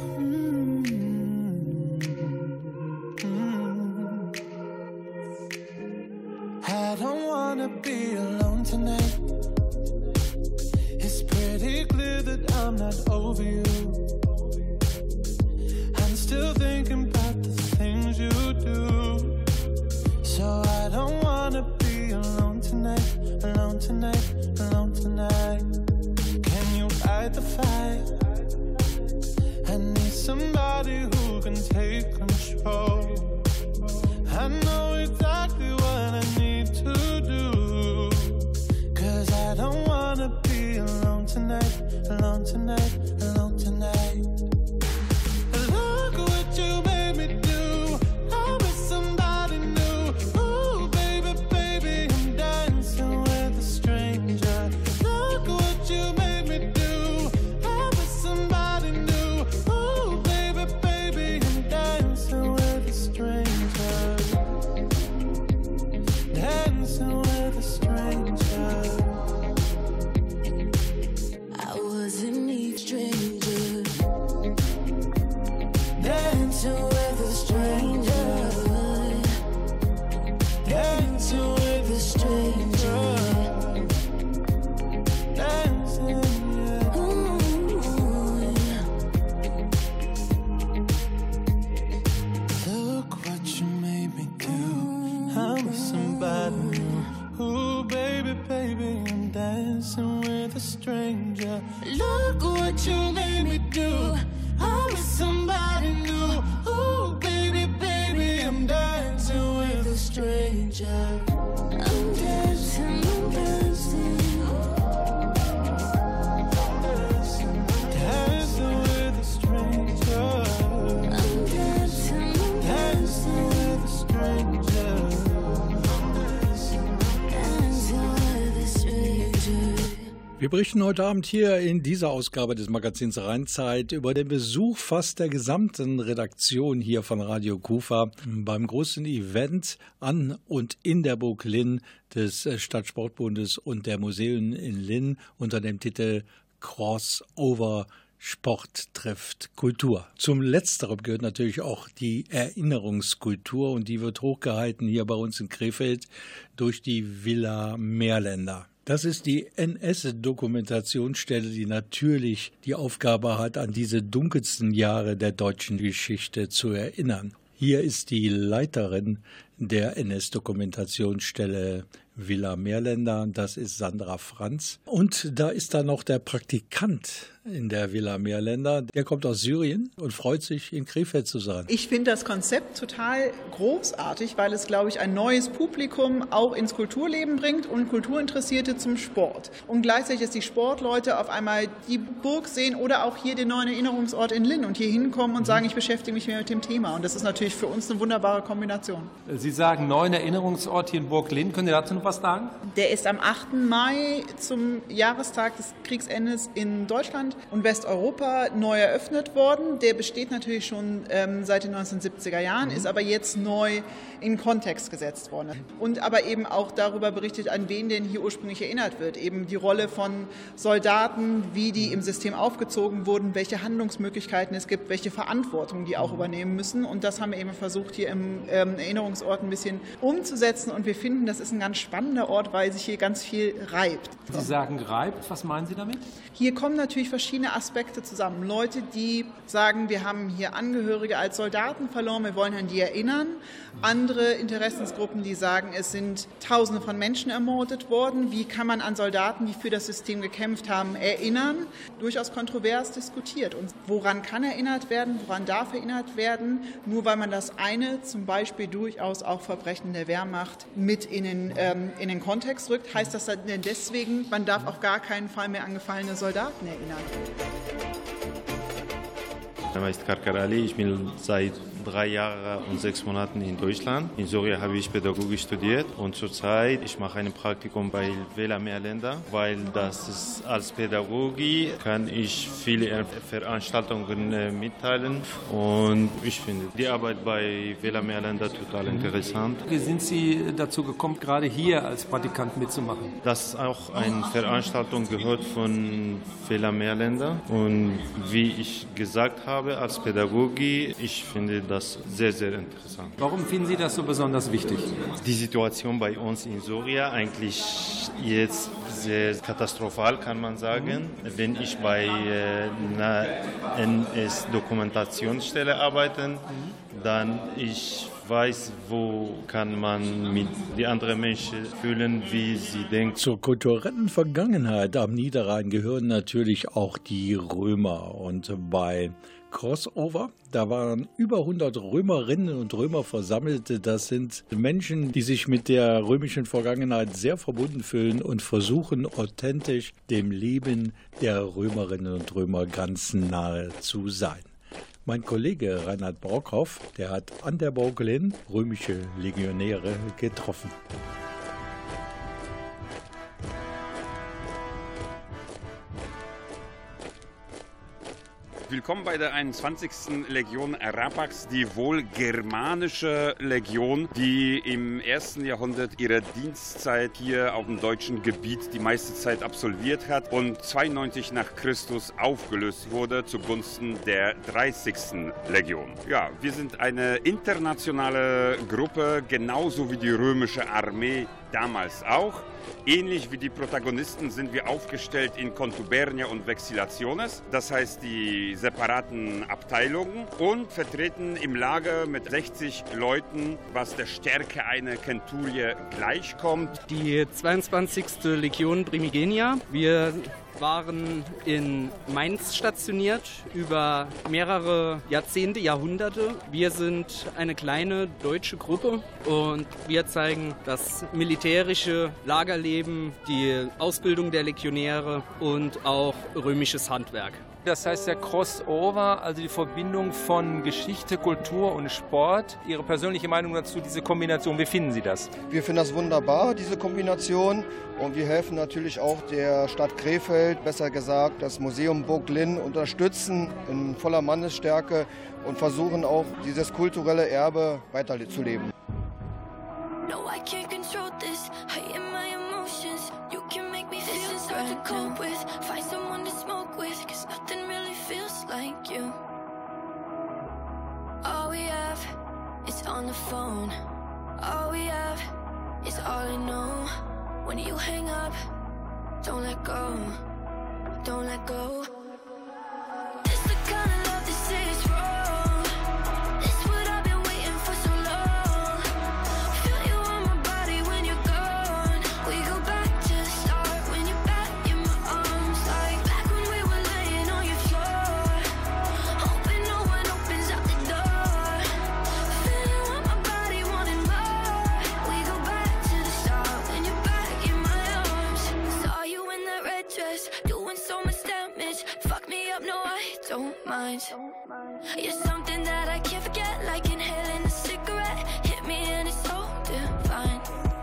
I don't wanna be alone tonight. It's pretty clear that I'm not over you. I'm still thinking about the things you do. So I don't wanna be alone tonight, alone tonight, alone tonight. Can you fight the fight? I need somebody who can take control. I know exactly what I need to do. tonight, alone tonight, alone tonight. Look what you made me do. I'm with somebody new. Ooh, baby, baby, I'm dancing with a stranger. Look what you made me do. I'm with somebody new. Ooh, baby, baby, I'm dancing with a stranger. Dancing with a stranger. I was an Eve stranger, dancing with a stranger, dancing with a stranger, dancing, yeah. Ooh. Look what you made me do. I'm with somebody new. Ooh, baby, baby, I'm dancing with a stranger. Look what you made me do. I'm with somebody new. Ooh, baby, baby, I'm dancing with a stranger. I'm dancing, I'm dancing. Dancing with a stranger. I'm dancing, I'm Dancing with a stranger. dancing with a stranger. Wir berichten heute Abend hier in dieser Ausgabe des Magazins Rheinzeit über den Besuch fast der gesamten Redaktion hier von Radio Kufa beim großen Event an und in der Burg Linn des Stadtsportbundes und der Museen in Linn unter dem Titel Crossover Sport trifft Kultur. Zum Letzteren gehört natürlich auch die Erinnerungskultur und die wird hochgehalten hier bei uns in Krefeld durch die Villa Meerländer. Das ist die N S-Dokumentationsstelle, die natürlich die Aufgabe hat, an diese dunkelsten Jahre der deutschen Geschichte zu erinnern. Hier ist die Leiterin der N S-Dokumentationsstelle Villa Meerländer, das ist Sandra Franz. Und da ist da noch der Praktikant in der Villa Meerländer, der kommt aus Syrien und freut sich, in Krefeld zu sein. Ich finde das Konzept total großartig, weil es, glaube ich, ein neues Publikum auch ins Kulturleben bringt und Kulturinteressierte zum Sport. Und gleichzeitig, dass die Sportleute auf einmal die Burg sehen oder auch hier den neuen Erinnerungsort in Linn und hier hinkommen und sagen, ich beschäftige mich mehr mit dem Thema. Und das ist natürlich für uns eine wunderbare Kombination. Sie sagen neuen Erinnerungsort hier in Burg Linn. Können Sie dazu noch was sagen? Der ist am achten Mai zum Jahrestag des Kriegsendes in Deutschland und Westeuropa neu eröffnet worden. Der besteht natürlich schon ähm, seit den neunzehnhundertsiebziger Jahren, mhm. ist aber jetzt neu in Kontext gesetzt worden. Und aber eben auch darüber berichtet, an wen denn hier ursprünglich erinnert wird. Eben die Rolle von Soldaten, wie die im System aufgezogen wurden, welche Handlungsmöglichkeiten es gibt, welche Verantwortung die auch übernehmen müssen. Und das haben wir eben versucht, hier im ähm, Erinnerungsort ein bisschen umzusetzen. Und wir finden, das ist ein ganz spannender Ort, weil sich hier ganz viel reibt. Sie sagen reibt, was meinen Sie damit? Hier kommen natürlich verschiedene Aspekte zusammen. Leute, die sagen, wir haben hier Angehörige als Soldaten verloren, wir wollen an die erinnern. Andere Interessensgruppen, die sagen, es sind Tausende von Menschen ermordet worden. Wie kann man an Soldaten, die für das System gekämpft haben, erinnern? Durchaus kontrovers diskutiert. Und woran kann erinnert werden, woran darf erinnert werden? Nur weil man das eine, zum Beispiel durchaus auch Verbrechen der Wehrmacht, mit in den, ähm, in den Kontext rückt, heißt das denn deswegen, man darf auf gar keinen Fall mehr an gefallene Soldaten erinnern. Mein Name ist Karkar Ali, ich bin seit drei Jahren und sechs Monaten in Deutschland. In Syrien habe ich Pädagogik studiert und zurzeit ich mache ein Praktikum bei Villa Meerländer, weil das ist, als Pädagoge kann ich viele Veranstaltungen äh, mitteilen und ich finde die Arbeit bei Villa Meerländer total interessant. Wie sind Sie dazu gekommen, gerade hier als Praktikant mitzumachen? Das ist auch eine Veranstaltung gehört von Villa Meerländer und wie ich gesagt habe als Pädagoge, ich finde das sehr, sehr interessant. Warum finden Sie das so besonders wichtig? Die Situation bei uns in Syrien eigentlich jetzt sehr katastrophal, kann man sagen. Wenn ich bei einer N S-Dokumentationsstelle arbeite, dann ich weiß, wo kann man mit die anderen Menschen fühlen, wie sie denken. Zur kulturellen Vergangenheit am Niederrhein gehören natürlich auch die Römer. Und bei Crossover. Da waren über hundert Römerinnen und Römer versammelt. Das sind Menschen, die sich mit der römischen Vergangenheit sehr verbunden fühlen und versuchen, authentisch dem Leben der Römerinnen und Römer ganz nahe zu sein. Mein Kollege Reinhard Brockhoff, der hat an der Burg Linn römische Legionäre getroffen. Willkommen bei der einundzwanzigsten Legion Rapax, die wohl germanische Legion, die im ersten Jahrhundert ihre Dienstzeit hier auf dem deutschen Gebiet die meiste Zeit absolviert hat und zweiundneunzig nach Christus aufgelöst wurde zugunsten der dreißigsten Legion. Ja, wir sind eine internationale Gruppe, genauso wie die römische Armee damals auch. Ähnlich wie die Protagonisten sind wir aufgestellt in Contubernia und Vexillationes, das heißt die separaten Abteilungen, und vertreten im Lager mit sechzig Leuten, was der Stärke einer Kenturie gleichkommt. Die zweiundzwanzigste Legion Primigenia. Wir waren in Mainz stationiert über mehrere Jahrzehnte, Jahrhunderte. Wir sind eine kleine deutsche Gruppe und wir zeigen das militärische Lagerleben, die Ausbildung der Legionäre und auch römisches Handwerk. Das heißt der Crossover, also die Verbindung von Geschichte, Kultur und Sport. Ihre persönliche Meinung dazu, diese Kombination, wie finden Sie das? Wir finden das wunderbar, diese Kombination. Und wir helfen natürlich auch der Stadt Krefeld, besser gesagt das Museum Burg Linn, unterstützen in voller Mannesstärke und versuchen auch dieses kulturelle Erbe weiterzuleben. No, I can't control this. I am my emotions. You can make me feel this is hard to cope with. Find someone to smoke with, cause nothing really feels like you. All we have is on the phone. All we have is all I know. When you hang up, don't let go. Don't let go. This the kind of love that says wrong. This what I've been waiting for so long. Feel you on my body when you're gone. We go back to the start when you're back in my arms. Like back when we were laying on your floor. Hoping no one opens up the door. Feel you on my body wanting more. We go back to the start when you're back in my arms. Saw you in that red dress, doing so much damage. Fuck me up, no I don't mind. You're something that I can't forget, like inhaling a cigarette. Hit me and it's so divine.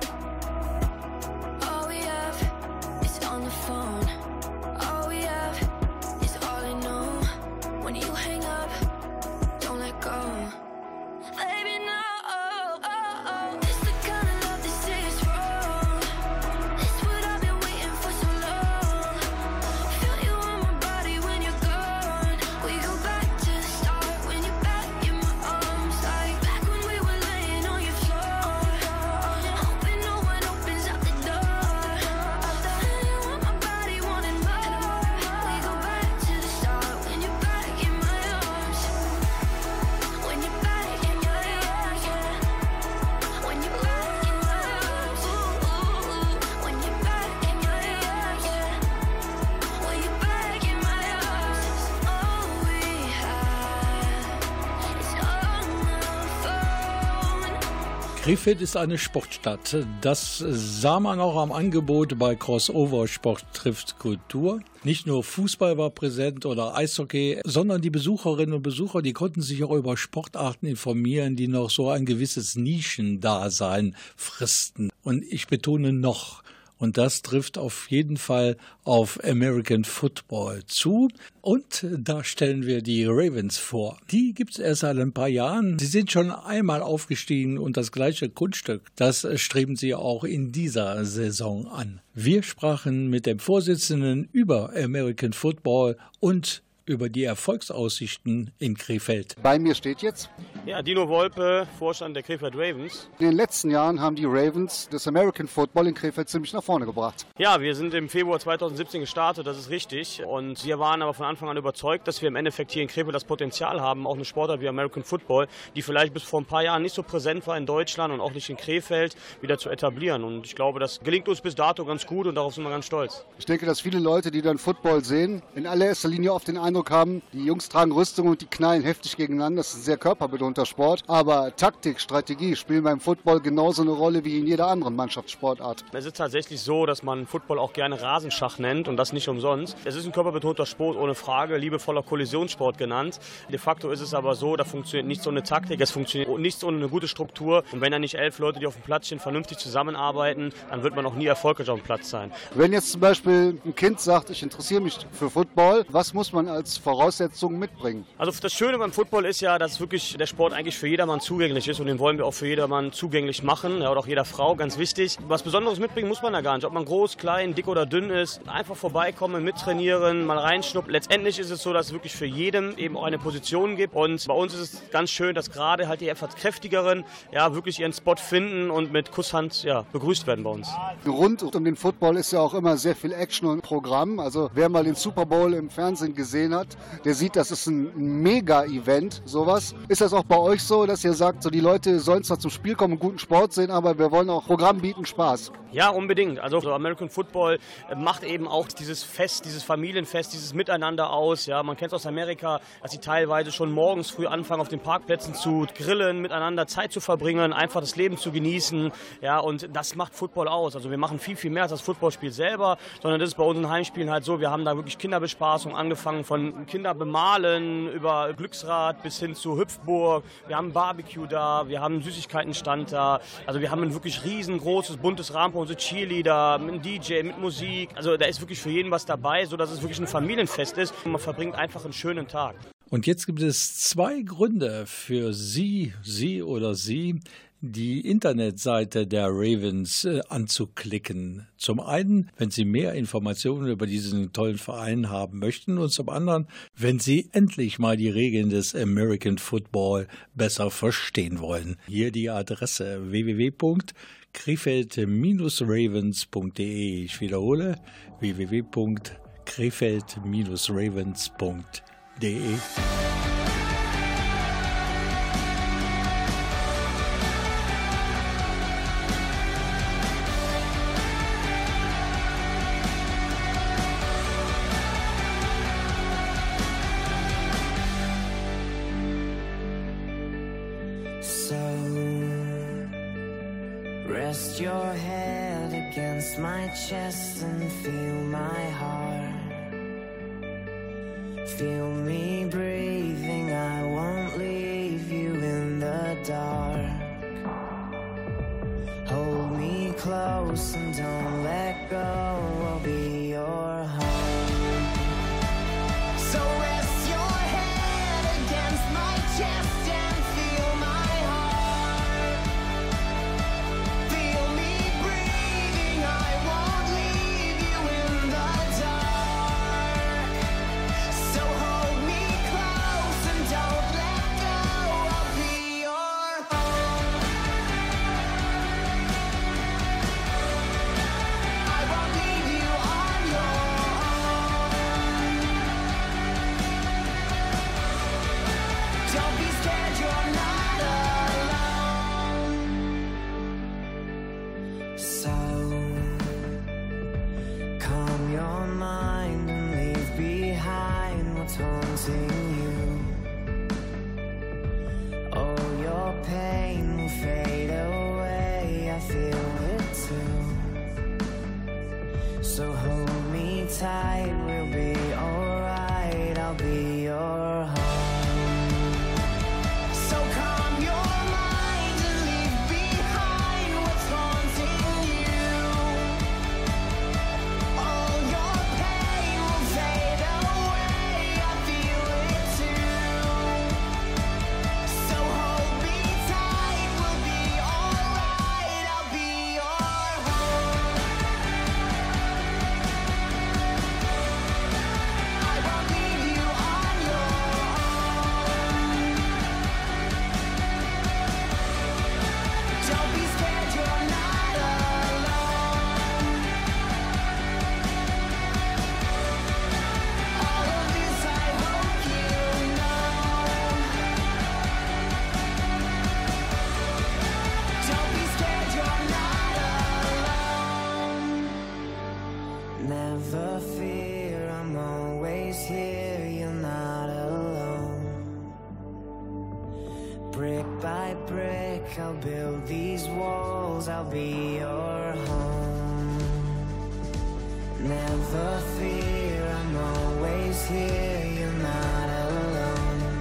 All we have is on the phone. All we have is all I know. When you hang up, don't let go. Baby, no. Oh, oh, oh. This the kind of love that says wrong. This what I've been waiting for so long. Feel you on my body when you're gone. We go back to the start when you're back in my arms. Like back when we were laying on your floor. Hoping no one opens up the door. Feel you on my body wanting more. We go back to the start when you're back in my arms. When you're back in my arms, yeah. When you're back in my arms, ooh, ooh, ooh. When you're back in my arms, yeah. When you're back in my arms, it's all we have. It's on the phone. Krefeld ist eine Sportstadt. Das sah man auch am Angebot bei Crossover Sport trifft Kultur. Nicht nur Fußball war präsent oder Eishockey, sondern die Besucherinnen und Besucher, die konnten sich auch über Sportarten informieren, die noch so ein gewisses Nischendasein fristen. Und ich betone noch, und das trifft auf jeden Fall auf American Football zu. Und da stellen wir die Ravens vor. Die gibt es erst seit ein paar Jahren. Sie sind schon einmal aufgestiegen und das gleiche Kunststück, das streben sie auch in dieser Saison an. Wir sprachen mit dem Vorsitzenden über American Football und über die Erfolgsaussichten in Krefeld. Bei mir steht jetzt Ja, Dino Wolpe, Vorstand der Krefeld Ravens. In den letzten Jahren haben die Ravens das American Football in Krefeld ziemlich nach vorne gebracht. Ja, wir sind im Februar zweitausendsiebzehn gestartet, das ist richtig. Und wir waren aber von Anfang an überzeugt, dass wir im Endeffekt hier in Krefeld das Potenzial haben, auch eine Sportart wie American Football, die vielleicht bis vor ein paar Jahren nicht so präsent war in Deutschland und auch nicht in Krefeld, wieder zu etablieren. Und ich glaube, das gelingt uns bis dato ganz gut und darauf sind wir ganz stolz. Ich denke, dass viele Leute, die dann Football sehen, in allererster Linie oft den Eindruck haben, die Jungs tragen Rüstung und die knallen heftig gegeneinander. Das ist ein sehr körperbetonter Sport. Aber Taktik, Strategie spielen beim Football genauso eine Rolle wie in jeder anderen Mannschaftssportart. Es ist tatsächlich so, dass man Football auch gerne Rasenschach nennt und das nicht umsonst. Es ist ein körperbetonter Sport ohne Frage, liebevoller Kollisionssport genannt. De facto ist es aber so, da funktioniert nichts ohne Taktik, es funktioniert nichts ohne eine gute Struktur. Und wenn da nicht elf Leute, die auf dem Platz stehen, vernünftig zusammenarbeiten, dann wird man auch nie erfolgreich auf dem Platz sein. Wenn jetzt zum Beispiel ein Kind sagt, ich interessiere mich für Football, was muss man als Voraussetzung mitbringen? Also das Schöne beim Football ist ja, dass wirklich der Sport eigentlich für jedermann zugänglich ist und den wollen wir auch für jedermann zugänglich machen, ja, oder auch jeder Frau, ganz wichtig. Was Besonderes mitbringen muss man da gar nicht, ob man groß, klein, dick oder dünn ist. Einfach vorbeikommen, mittrainieren, mal reinschnuppern. Letztendlich ist es so, dass es wirklich für jeden eben auch eine Position gibt und bei uns ist es ganz schön, dass gerade halt die etwas kräftigeren ja wirklich ihren Spot finden und mit Kusshand ja, begrüßt werden bei uns. Rund um den Football ist ja auch immer sehr viel Action und Programm. Also wer mal den Super Bowl im Fernsehen gesehen hat, der sieht, das ist ein Mega-Event, sowas. Ist das auch bei euch so, dass ihr sagt, so die Leute sollen zwar zum Spiel kommen und guten Sport sehen, aber wir wollen auch Programm bieten, Spaß? Ja, unbedingt. Also so American Football macht eben auch dieses Fest, dieses Familienfest, dieses Miteinander aus. Ja, man kennt es aus Amerika, dass sie teilweise schon morgens früh anfangen, auf den Parkplätzen zu grillen, miteinander Zeit zu verbringen, einfach das Leben zu genießen. Ja, und das macht Football aus. Also wir machen viel, viel mehr als das Footballspiel selber, sondern das ist bei unseren Heimspielen halt so, wir haben da wirklich Kinderbespaßung, angefangen von Kinderbemalen über Glücksrad bis hin zu Hüpfburg. Wir haben Barbecue da, wir haben einen Süßigkeitenstand da. Also wir haben ein wirklich riesengroßes, buntes Rahmen für unsere Cheerleader, mit einem D J, mit Musik. Also da ist wirklich für jeden was dabei, sodass es wirklich ein Familienfest ist und man verbringt einfach einen schönen Tag. Und jetzt gibt es zwei Gründe für Sie, Sie oder Sie, die Internetseite der Ravens äh, anzuklicken. Zum einen, wenn Sie mehr Informationen über diesen tollen Verein haben möchten und zum anderen, wenn Sie endlich mal die Regeln des American Football besser verstehen wollen. Hier die Adresse w w w punkt krefeld Ravens punkt d e. Ich wiederhole, w w w punkt krefeld Ravens punkt d e. Rest your head against my chest and feel my heart. Feel me breathing, I won't leave you in the dark. Hold me close and don't let go, I'll be your home. So rest your head against my chest and feel my heart. Feel me breathing, I won't leave you in the dark. So hold me close and don't let go, I'll be your home. I won't leave you on your own. Don't be scared, you're not alone. So calm your mind and leave behind what's haunting you. Oh, your pain will fade away, I feel it too. So hold me tight, we'll be alright, I'll be your home. So calm your mind and leave behind what's haunting you. All your pain will fade away, I feel it too. So hold me tight, we'll be alright, I'll be your home. Brick by brick, I'll build these walls, I'll be your home. Never fear, I'm always here, you're not alone.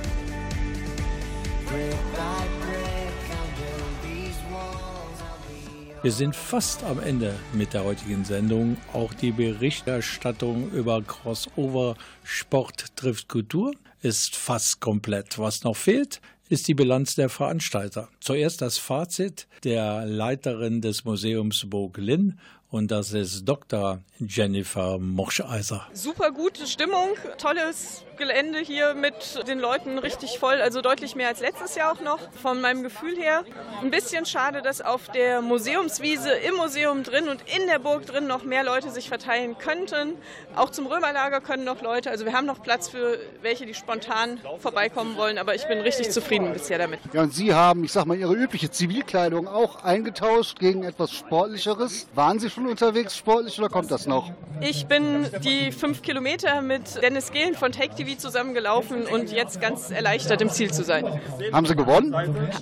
Brick by brick, I'll build these walls, I'll be your home. Wir sind fast am Ende mit der heutigen Sendung. Auch die Berichterstattung über Crossover Sport trifft Kultur ist fast komplett. Was noch fehlt, ist die Bilanz der Veranstalter. Zuerst das Fazit der Leiterin des Museums Burg Linn, und das ist Doktor Jennifer Morscheiser. Super gute Stimmung, tolles Gelände hier mit den Leuten richtig voll, also deutlich mehr als letztes Jahr auch noch, von meinem Gefühl her. Ein bisschen schade, dass auf der Museumswiese im Museum drin und in der Burg drin noch mehr Leute sich verteilen könnten. Auch zum Römerlager können noch Leute, also wir haben noch Platz für welche, die spontan vorbeikommen wollen, aber ich bin richtig zufrieden bisher damit. Ja, und Sie haben, ich sag mal, Ihre übliche Zivilkleidung auch eingetauscht gegen etwas Sportlicheres. Waren Sie schon unterwegs sportlich oder kommt das noch? Ich bin die fünf Kilometer mit Dennis Gehlen von Take T V zusammengelaufen und jetzt ganz erleichtert im Ziel zu sein. Haben Sie gewonnen?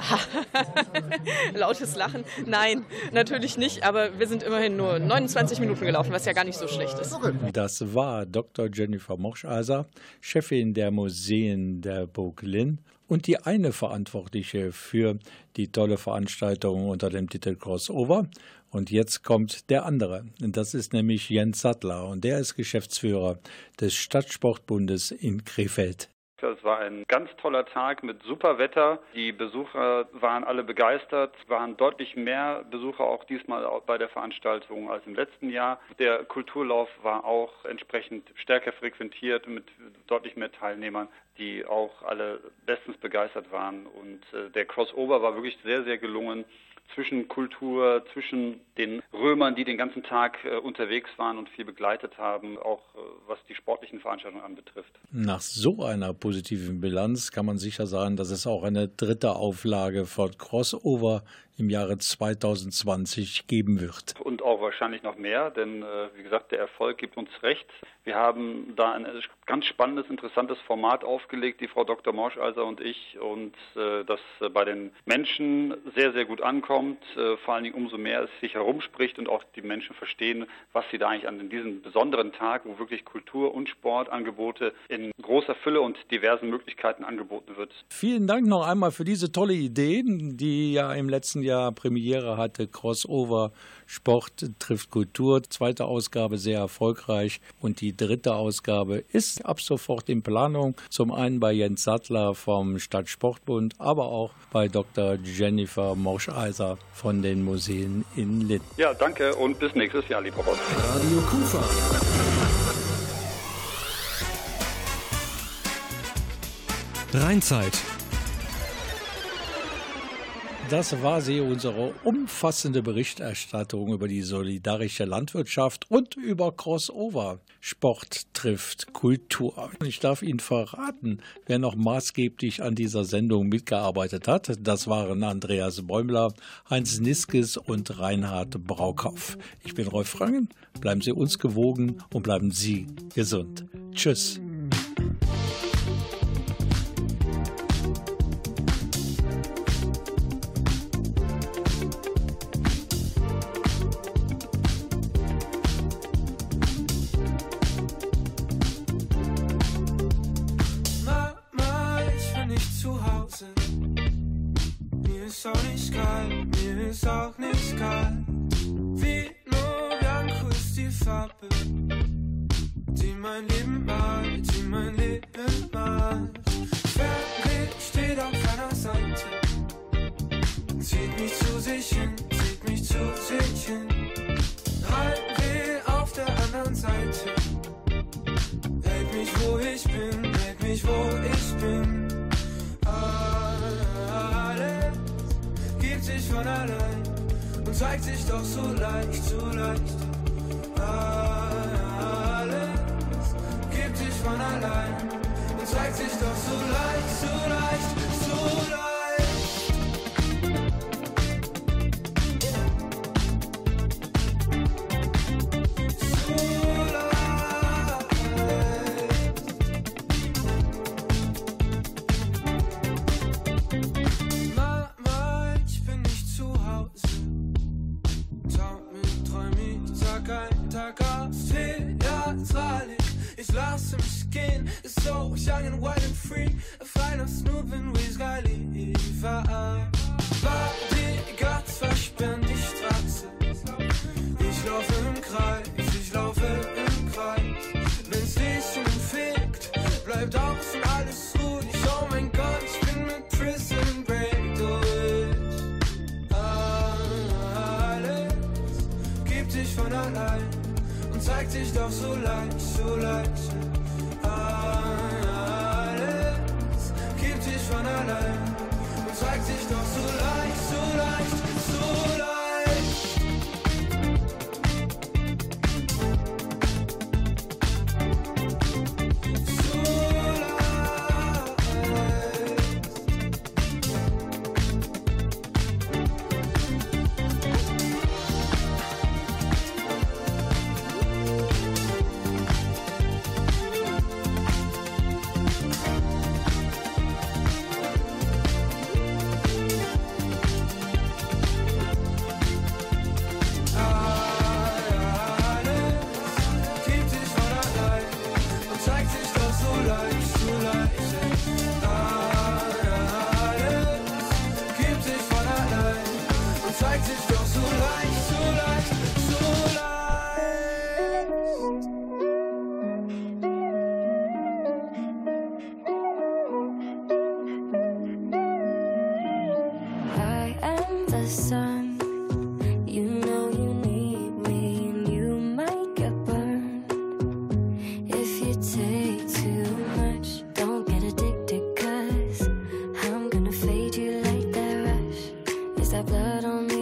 Lautes Lachen. Nein, natürlich nicht, aber wir sind immerhin nur neunundzwanzig Minuten gelaufen, was ja gar nicht so schlecht ist. Das war Doktor Jennifer Morscheiser, Chefin der Museen der Burg Linn und die eine Verantwortliche für die tolle Veranstaltung unter dem Titel Crossover. Und jetzt kommt der andere. Das ist nämlich Jens Sattler und der ist Geschäftsführer des Stadtsportbundes in Krefeld. Es war ein ganz toller Tag mit super Wetter. Die Besucher waren alle begeistert. Es waren deutlich mehr Besucher auch diesmal bei der Veranstaltung als im letzten Jahr. Der Kulturlauf war auch entsprechend stärker frequentiert mit deutlich mehr Teilnehmern, die auch alle bestens begeistert waren. Und der Crossover war wirklich sehr, sehr gelungen. Zwischen Kultur, zwischen den Römern, die den ganzen Tag äh, unterwegs waren und viel begleitet haben, auch äh, was die sportlichen Veranstaltungen anbetrifft. Nach so einer positiven Bilanz kann man sicher sagen, dass es auch eine dritte Auflage von Crossover im Jahre zwanzig zwanzig geben wird. Und auch wahrscheinlich noch mehr, denn äh, wie gesagt, der Erfolg gibt uns recht. Wir haben da ein ganz spannendes, interessantes Format aufgelegt, die Frau Doktor Morscheiser und ich, und äh, das äh, bei den Menschen sehr, sehr gut ankommt. Äh, vor allen Dingen umso mehr es sich herumspricht und auch die Menschen verstehen, was sie da eigentlich an diesem besonderen Tag, wo wirklich Kultur- und Sportangebote in großer Fülle und diversen Möglichkeiten angeboten wird. Vielen Dank noch einmal für diese tolle Idee, die ja im letzten Jahr Premiere hatte. Crossover Sport trifft Kultur. Zweite Ausgabe sehr erfolgreich und die dritte Ausgabe ist ab sofort in Planung. Zum einen bei Jens Sattler vom Stadtsportbund, aber auch bei Doktor Jennifer Morscheiser von den Museen in Linn. Ja, danke und bis nächstes Jahr, lieber Ross. Radio Kufa. Rheinzeit. Das war sie, unsere umfassende Berichterstattung über die solidarische Landwirtschaft und über Crossover. Sport trifft Kultur. Ich darf Ihnen verraten, wer noch maßgeblich an dieser Sendung mitgearbeitet hat. Das waren Andreas Bäumler, Heinz Niskes und Reinhard Braukauf. Ich bin Rolf Frangen. Bleiben Sie uns gewogen und bleiben Sie gesund. Tschüss. Auch nicht kalt, mir ist auch nicht kalt. Vino Blanco ist die Farbe, die mein Leben malt, die mein Leben malt. Fernweh steht auf einer Seite, zieht mich zu sich hin, zieht mich zu sich hin. Heimweh auf der anderen Seite, hält mich wo ich bin, hält mich wo ich bin. Sich von allein und zeigt sich doch so leicht, so leicht. Alles gibt sich von allein und zeigt sich doch so leicht, so leicht, so leicht. So leicht. to my skin. It's so young and wild and free. Frei nach Snoopin' Wies Galiva. Bodyguards versperren die Straße. Ich laufe im Kreis, ich laufe im Kreis. Wenn's dich fickt, bleibt außen alles ruhig. Oh mein Gott, ich bin mit Prison Break durch. Alles gibt dich von allein und zeigt sich doch so leicht, so leicht. Alles gibt dich von allein und zeigt sich doch so leicht, so leicht, so leicht. Is that blood on me?